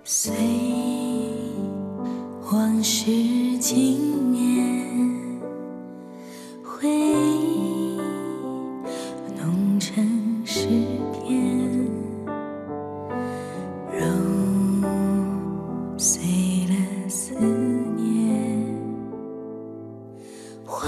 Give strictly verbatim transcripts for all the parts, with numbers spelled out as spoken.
随往事经年，回忆弄成诗篇，揉碎了思念，花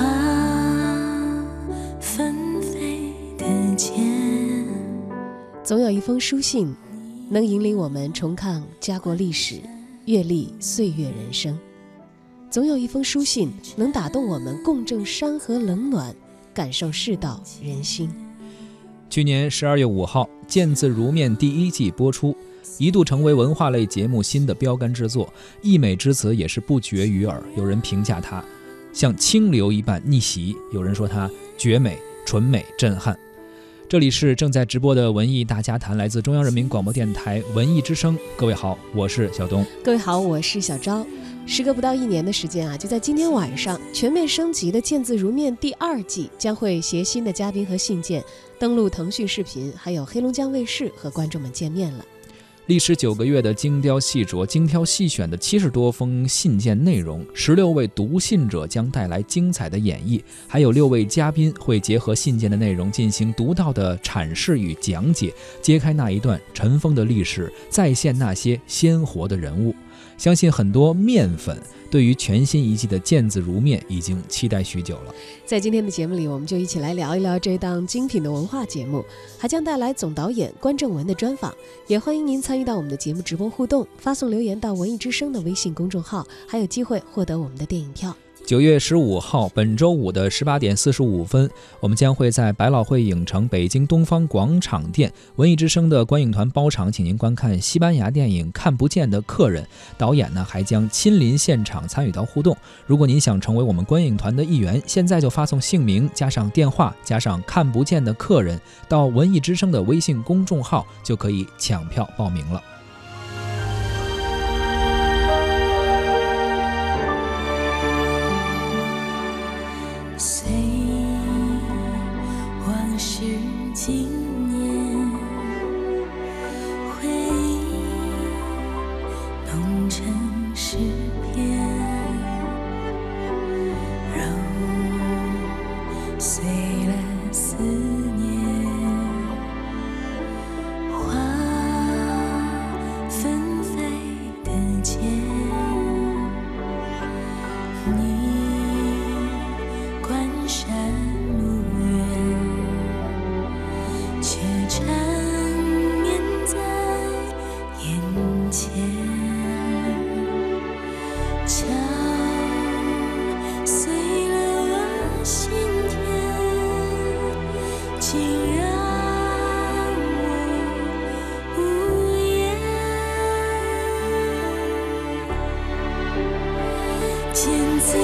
纷飞的剑。 总有一封书信能引领我们重看家国历史，阅历岁月人生。总有一封书信能打动我们共振山河冷暖，感受世道人心。 去年十二月五号，《见字如面》第一季播出，一度成为文化类节目新的标杆之作，溢美之词也是不绝于耳。有人评价它像清流一般逆袭，有人说它绝美、纯美、震撼。这里是正在直播的文艺大家谈，来自中央人民广播电台文艺之声。各位好，我是小东。 各位好，我是小昭。时隔不到一年的时间啊，就在今天晚上，全面升级的《见字如面》第二季将会携新的嘉宾和信件登陆腾讯视频，还有黑龙江卫视和观众们见面了。 历时九个月的精雕细琢、精挑细选的七十多封信件内容，十六位读信者将带来精彩的演绎，还有六位嘉宾会结合信件的内容进行独到的阐释与讲解，揭开那一段尘封的历史，再现那些鲜活的人物。相信很多面粉对于全新一季的《见字如面》已经期待许久了。 在今天的节目里，我们就一起来聊一聊这档精品的文化节目，还将带来总导演关正文的专访。也欢迎您参与到我们的节目直播互动，发送留言到文艺之声的微信公众号，还有机会获得我们的电影票。 九月十五号，本周五的十八点四十五分，我们将会在百老汇影城北京东方广场店文艺之声的观影团包场，请您观看西班牙电影《看不见的客人》。导演呢还将亲临现场参与到互动。如果您想成为我们观影团的一员，现在就发送姓名加上电话加上看不见的客人到文艺之声的微信公众号，就可以抢票报名了。 随往事经年，回忆弄成诗篇，揉碎了思念，花纷飞的剑，你山路远，却缠绵在眼前，敲碎了我心田，竟让我无言。见字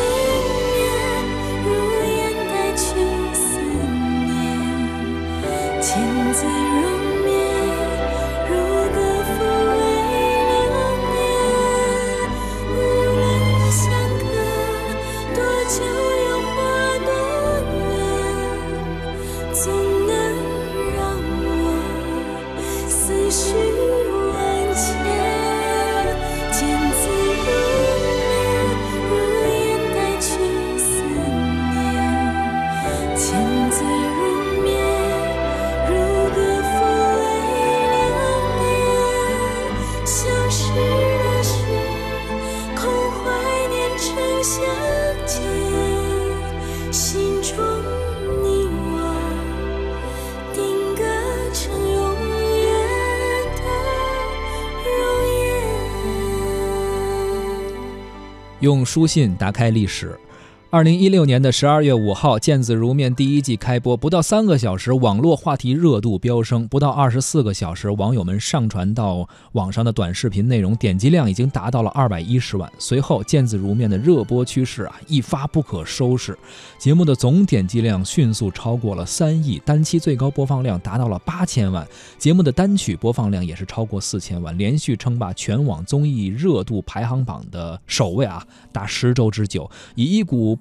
见字如面，如歌赋为流年。无论相隔多久，有花多远，总能让我思绪万千。见字如面，如烟带去思念。见字如面，相见，心中你我定格成永远的容颜。 用书信打开历史。二零一六年的十二月五号，《见字如面》第一季开播，不到三个小时，网络话题热度飙升；不到二十四个小时，网友们上传到网上的短视频内容点击量已经达到了二百一十万。随后，《见字如面》的热播趋势啊一发不可收拾，节目的总点击量迅速超过了三亿，单期最高播放量达到了八千万，节目的单曲播放量也是超过四千万，连续称霸全网综艺热度排行榜的首位啊，达十周之久，以一股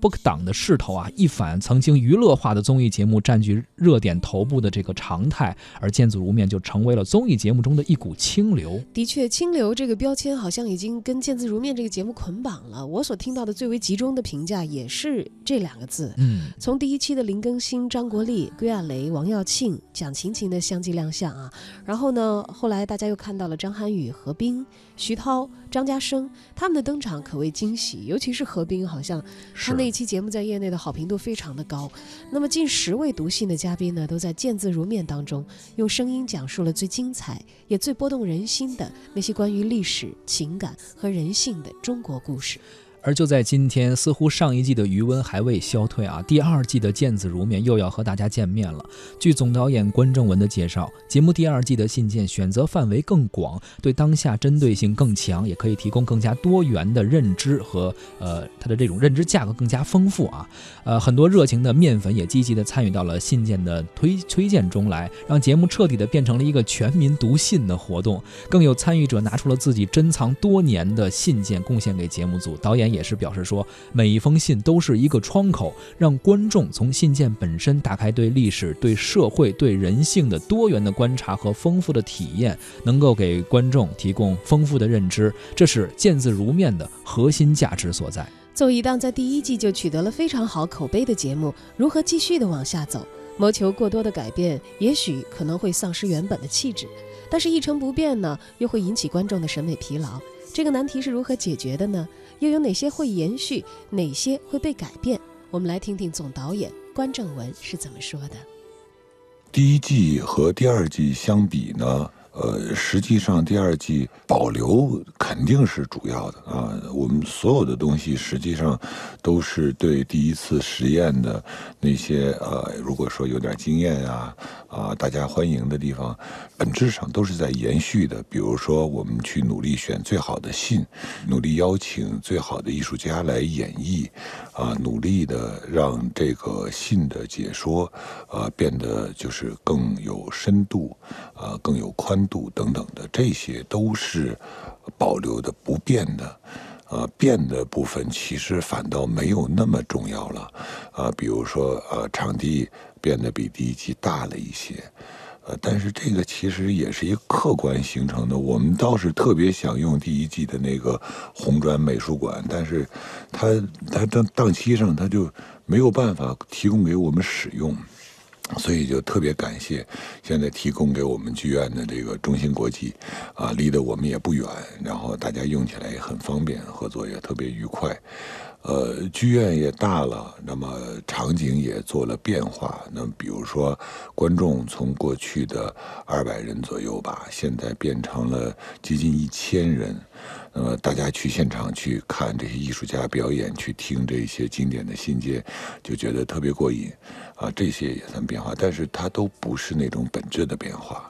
不可挡的势头啊，一反曾经娱乐化的综艺节目占据热点头部的这个常态，而见字如面就成为了综艺节目中的一股清流。 的确，清流这个标签好像已经跟见字如面这个节目捆绑了。我所听到的最为集中的评价也是这两个字。 嗯， 从第一期的林更新、张国立、归亚蕾、王耀庆、蒋勤勤的相继亮相啊，然后呢，后来大家又看到了张涵予、何冰、徐涛、张家生，他们的登场可谓惊喜，尤其是何冰，好像他那一期节目在业内的好评度非常的高。那么近十位读信的嘉宾呢，都在见字如面当中用声音讲述了最精彩也最拨动人心的那些关于历史、情感和人性的中国故事。 而就在今天，似乎上一季的余温还未消退啊，第二季的见字如面又要和大家见面了。据总导演关正文的介绍，节目第二季的信件选择范围更广，对当下针对性更强，也可以提供更加多元的认知和呃它的这种认知架构更加丰富啊。呃，很多热情的面粉也积极的参与到了信件的推推荐中来，让节目彻底的变成了一个全民读信的活动。更有参与者拿出了自己珍藏多年的信件贡献给节目组，导演也是表示说，每一封信都是一个窗口，让观众从信件本身打开对历史、对社会、对人性的多元的观察和丰富的体验，能够给观众提供丰富的认知，这是见字如面的核心价值所在。 作为一档在第一季就取得了非常好口碑的节目，如何继续的往下走？谋求过多的改变，也许可能会丧失原本的气质，但是一成不变呢，又会引起观众的审美疲劳。这个难题是如何解决的呢？又有哪些会延续，哪些会被改变？我们来听听总导演关正文是怎么说的。 第一季和第二季相比呢，呃，实际上第二季保留肯定是主要的啊。我们所有的东西实际上都是对第一次实验的那些呃，如果说有点经验啊啊，大家欢迎的地方，本质上都是在延续的。比如说，我们去努力选最好的信，努力邀请最好的艺术家来演绎，啊，努力的让这个信的解说啊变得就是更有深度，啊，更有宽度等等的，这些都是保留的不变的。呃，变的部分其实反倒没有那么重要了，啊、呃，比如说呃，场地变得比第一季大了一些，呃，但是这个其实也是一个客观形成的。我们倒是特别想用第一季的那个红砖美术馆，但是它它档档期上它就没有办法提供给我们使用。所以就特别感谢现在提供给我们剧院的这个中芯国际，啊，离得我们也不远，然后大家用起来也很方便，合作也特别愉快。呃，剧院也大了，那么场景也做了变化。那比如说，观众从过去的二百人左右吧，现在变成了接近一千人。那么大家去现场去看这些艺术家表演，去听这些经典的信件，就觉得特别过瘾啊。这些也算变化，但是它都不是那种本质的变化。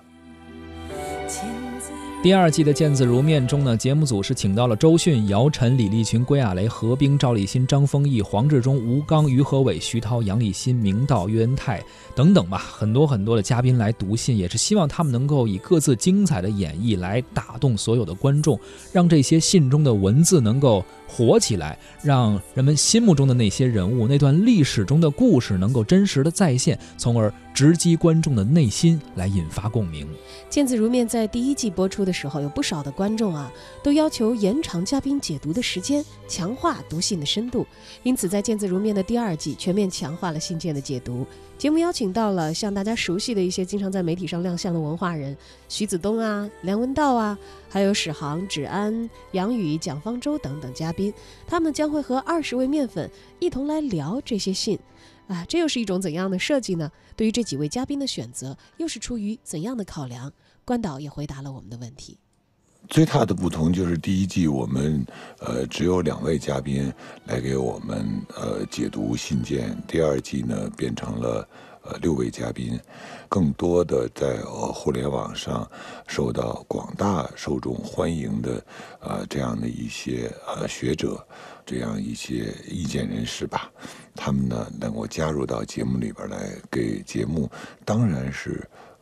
第二季的见字如面中呢，节目组是请到了周迅、姚晨、李立群、归亚蕾、何冰、赵立新、张丰毅、黄志忠、吴刚、于和伟、徐涛、杨立新、明道、岳恩泰等等吧，很多很多的嘉宾来读信，也是希望他们能够以各自精彩的演绎来打动所有的观众，让这些信中的文字能够活起来，让人们心目中的那些人物、那段历史中的故事能够真实的再现，从而直击观众的内心，来引发共鸣。 见字如面在第一季播出的时候，有不少的观众啊，都要求延长嘉宾解读的时间，强化读信的深度。因此，在见字如面的第二季，全面强化了信件的解读。节目邀请到了像大家熟悉的一些经常在媒体上亮相的文化人，徐子东啊、梁文道啊，还有史航、芷安、杨宇、蒋方舟等等嘉宾，他们将会和二十位面粉一同来聊这些信。啊，这又是一种怎样的设计呢？对于这几位嘉宾的选择，又是出于怎样的考量？关导也回答了我们的问题。 最大的不同就是第一季我们呃只有两位嘉宾来给我们呃解读信件，第二季呢变成了呃六位嘉宾，更多的在呃互联网上受到广大受众欢迎的呃这样的一些呃学者，这样一些意见人士吧，他们呢能够加入到节目里边来，给节目当然是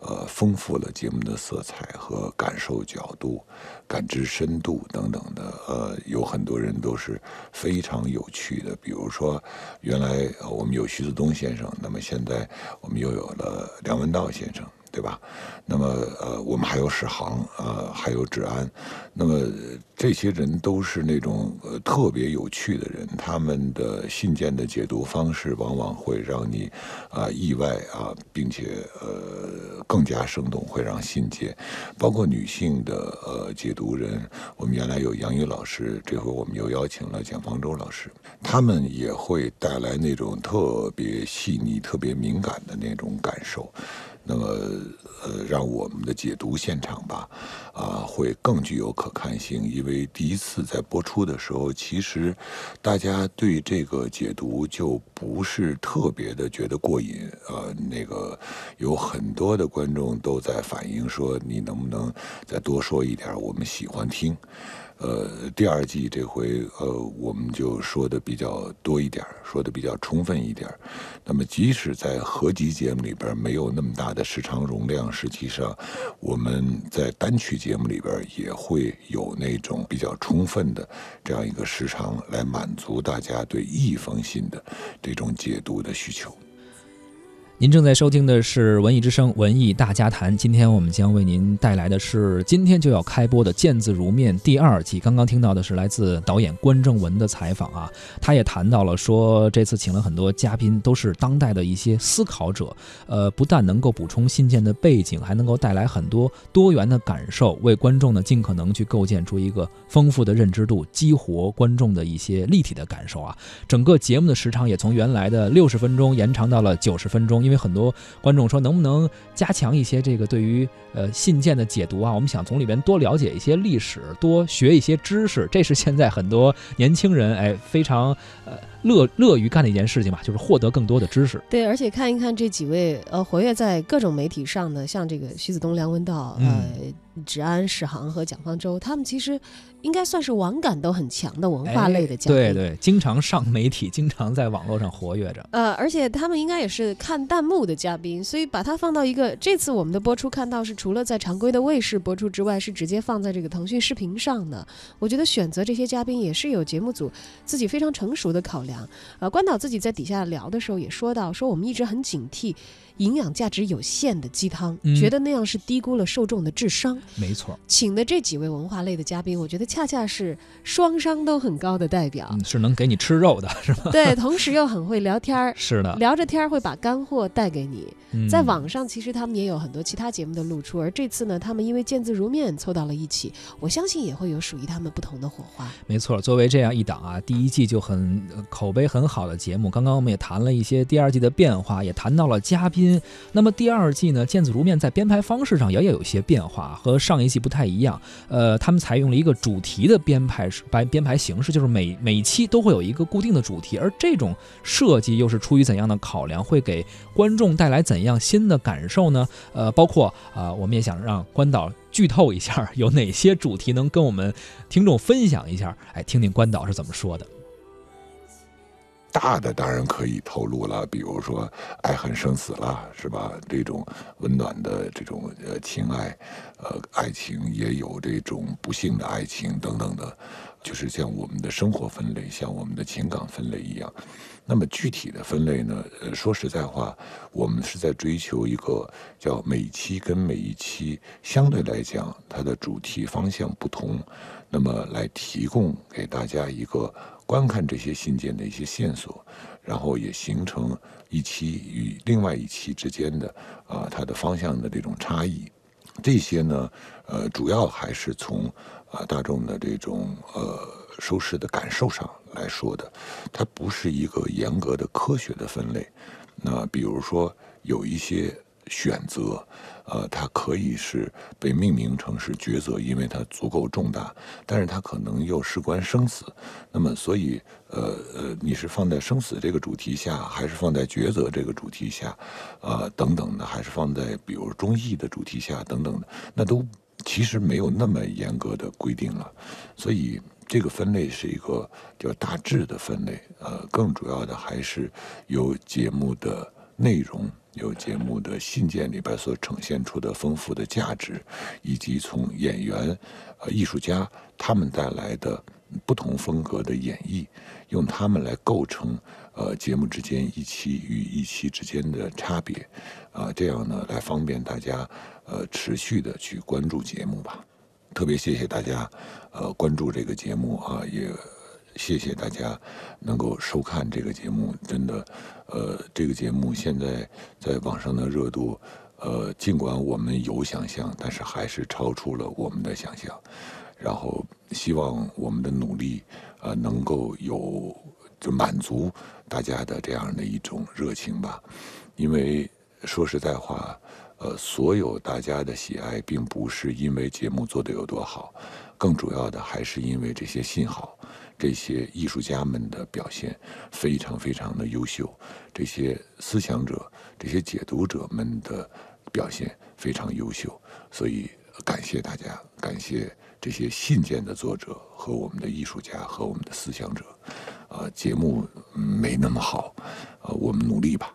呃丰富了节目的色彩和感受角度、感知深度等等的。呃，有很多人都是非常有趣的，比如说原来我们有徐子东先生，那么现在我们又有了梁文道先生，对吧？那么呃，我们还有史航，呃，还有芷安，那么这些人都是那种呃特别有趣的人，他们的信件的解读方式往往会让你啊、呃、意外啊，并且呃更加生动，会让信件，包括女性的呃解读人，我们原来有杨宇老师，这回我们又邀请了蒋方舟老师，他们也会带来那种特别细腻、特别敏感的那种感受。那么，呃，让我们的解读现场吧，啊、呃，会更具有可看性。因为第一次在播出的时候，其实大家对这个解读就不是特别的觉得过瘾。呃，那个有很多的观众都在反映说，你能不能再多说一点，我们喜欢听。呃，第二季这回，呃，我们就说的比较多一点，说的比较充分一点。那么，即使在合集节目里边没有那么大的时长容量，实际上我们在单曲节目里边也会有那种比较充分的这样一个时长，来满足大家对一封信的这种解读的需求。 您正在收听的是文艺之声文艺大家谈，今天我们将为您带来的是今天就要开播的《见字如面》第二季。刚刚听到的是来自导演关正文的采访啊，他也谈到了说，这次请了很多嘉宾都是当代的一些思考者，呃，不但能够补充信件的背景，还能够带来很多多元的感受，为观众呢尽可能去构建出一个丰富的认知度，激活观众的一些立体的感受啊。整个节目的时长也从原来的六十分钟延长到了九十分钟，因为很多观众说能不能加强一些这个对于呃信件的解读啊，我们想从里边多了解一些历史，多学一些知识，这是现在很多年轻人哎非常呃乐乐于干的一件事情吧，就是获得更多的知识。 对，而且看一看这几位呃活跃在各种媒体上的，像这个徐子东、梁文道、呃芷安、史航和蒋方舟，他们其实应该算是网感都很强的文化类的嘉宾。 哎、对对，经常上媒体，经常在网络上活跃着。 呃，而且他们应该也是看弹幕的嘉宾，所以把它放到一个，这次我们的播出看到是除了在常规的卫视播出之外，是直接放在这个腾讯视频上的。我觉得选择这些嘉宾也是有节目组自己非常成熟的考量。呃，关导自己在底下聊的时候也说到，说我们一直很警惕营养价值有限的鸡汤、嗯，觉得那样是低估了受众的智商。 没错， 请的这几位文化类的嘉宾，我觉得恰恰是双商都很高的代表， 嗯、是能给你吃肉的，是吧？ 对，同时又很会聊天， 是的， 聊着天会把干货带给你、 嗯。 在网上其实他们也有很多其他节目的露出，而这次呢，他们因为见字如面凑到了一起，我相信也会有属于他们不同的火花。 没错，作为这样一档啊，第一季就很口碑很好的节目，刚刚我们也谈了一些第二季的变化，也谈到了嘉宾。那么第二季呢，见字如面在编排方式上也有一些变化，和上一季不太一样。呃，他们采用了一个主题的编排编编排形式，就是每每期都会有一个固定的主题，而这种设计又是出于怎样的考量，会给观众带来怎样新的感受呢？呃，包括啊、呃，我们也想让关导剧透一下，有哪些主题能跟我们听众分享一下？哎，听听关导是怎么说的。 大的当然可以透露了，比如说爱恨生死了，是吧？这种温暖的这种呃情爱，呃爱情也有这种不幸的爱情等等的，就是像我们的生活分类，像我们的情感分类一样。那么具体的分类呢，呃说实在话，我们是在追求一个叫每期跟每一期相对来讲它的主题方向不同，那么来提供给大家一个观看这些信件的一些线索，然后也形成一期与另外一期之间的啊、呃、它的方向的这种差异。这些呢，呃，主要还是从啊、呃、大众的这种呃收视的感受上来说的，它不是一个严格的科学的分类。那比如说有一些选择，呃，它可以是被命名成是抉择，因为它足够重大，但是它可能又事关生死。那么，所以，呃呃，你是放在生死这个主题下，还是放在抉择这个主题下，呃，等等的，还是放在比如忠义的主题下，等等的，那都其实没有那么严格的规定了。所以，这个分类是一个叫大致的分类，呃，更主要的还是由节目的内容有节目的信件里边所呈现出的丰富的价值，以及从演员、呃艺术家他们带来的不同风格的演绎，用他们来构成呃节目之间一期与一期之间的差别，啊、呃，这样呢来方便大家呃持续的去关注节目吧。特别谢谢大家呃关注这个节目啊，也谢谢大家能够收看这个节目。真的，呃，这个节目现在在网上的热度，呃，尽管我们有想象，但是还是超出了我们的想象。然后希望我们的努力，呃，能够有就满足大家的这样的一种热情吧。因为说实在话，呃，所有大家的喜爱，并不是因为节目做得有多好，更主要的还是因为这些信号，这些艺术家们的表现非常非常的优秀，这些思想者、这些解读者们的表现非常优秀，所以感谢大家，感谢这些信件的作者和我们的艺术家和我们的思想者。呃，节目没那么好，呃，我们努力吧。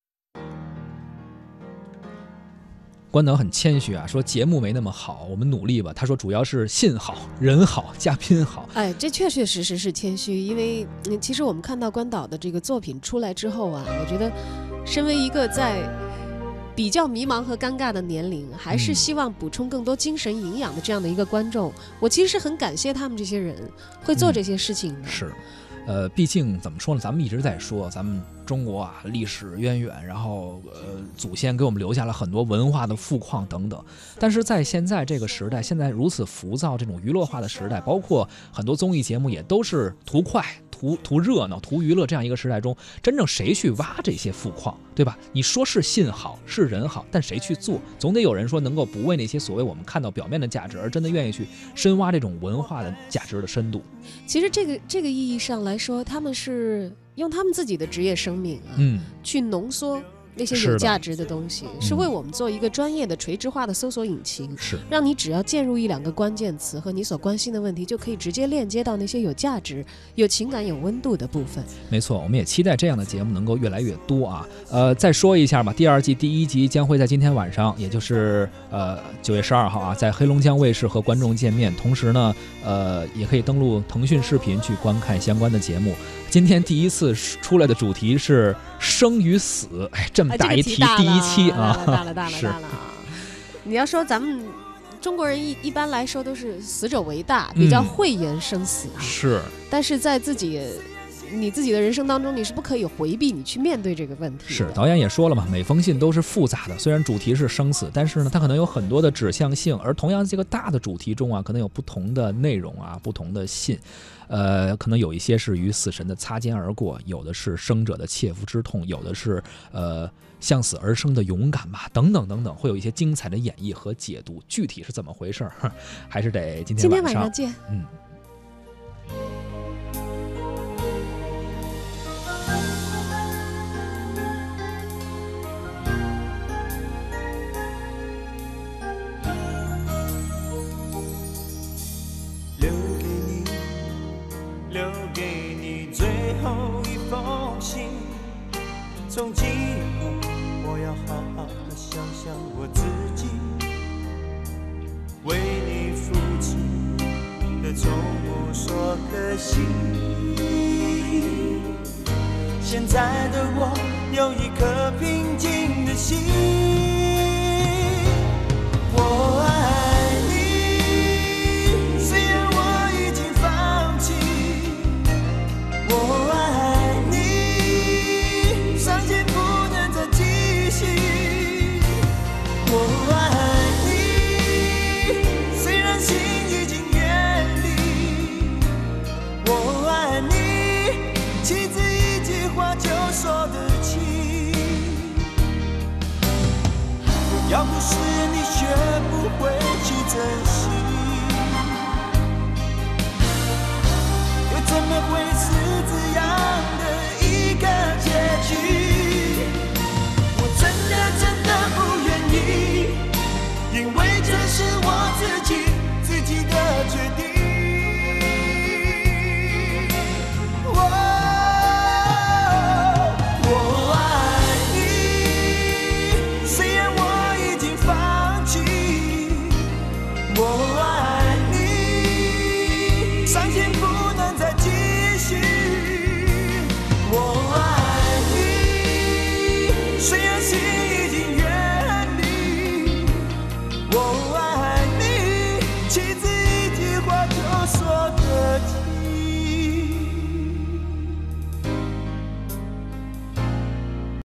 关导很谦虚啊，说节目没那么好，我们努力吧。他说主要是信好、人好、嘉宾好。 哎，这确确实实是谦虚，因为、嗯、其实我们看到关导的这个作品出来之后啊，我觉得身为一个在比较迷茫和尴尬的年龄，还是希望补充更多精神营养的这样的一个观众，嗯、我其实是很感谢他们这些人会做这些事情的。 嗯、是。呃，毕竟怎么说呢？咱们一直在说，咱们中国啊历史渊源，然后呃祖先给我们留下了很多文化的富矿等等。但是在现在这个时代，现在如此浮躁、这种娱乐化的时代，包括很多综艺节目也都是图快、图图热闹、图娱乐这样一个时代中，真正谁去挖这些富矿，对吧？你说是信好，是人好，但谁去做？总得有人说能够不为那些所谓我们看到表面的价值，而真的愿意去深挖这种文化的价值的深度。 其实这个这个意义上来说，他们是用他们自己的职业生命啊， 嗯， 去浓缩那些有价值的东西，是, 是为我们做一个专业的垂直化的搜索引擎， 是让你只要键入一两个关键词和你所关心的问题，就可以直接链接到那些有价值、有情感、有温度的部分。 没错，我们也期待这样的节目能够越来越多啊。呃，再说一下吧，第二季第一集将会在今天晚上，也就是呃九月十二号啊，在黑龙江卫视和观众见面。同时呢，呃，也可以登录腾讯视频去观看相关的节目。今天第一次出来的主题是生与死，哎，这么大一题，第一期啊， 大了大了大了啊！你要说咱们中国人一一般来说都是死者为大，比较讳言生死啊， 嗯、是。 但是在自己你自己的人生当中，你是不可以回避，你去面对这个问题。 是，导演也说了嘛，每封信都是复杂的，虽然主题是生死，但是呢，它可能有很多的指向性，而同样这个大的主题中啊，可能有不同的内容啊，不同的信。呃，可能有一些是与死神的擦肩而过，有的是生者的切肤之痛，有的是呃向死而生的勇敢吧，等等等等，会有一些精彩的演绎和解读。具体是怎么回事，还是得今天晚上。今天晚上见。 嗯。 从今以后，我要好好的想想我自己，为你付出的从不说可惜。现在的我有一颗平静的心，我爱你，虽然我已经放弃，我爱我爱你，虽然心已经远离。我爱你，妻子一句话就说得清。 我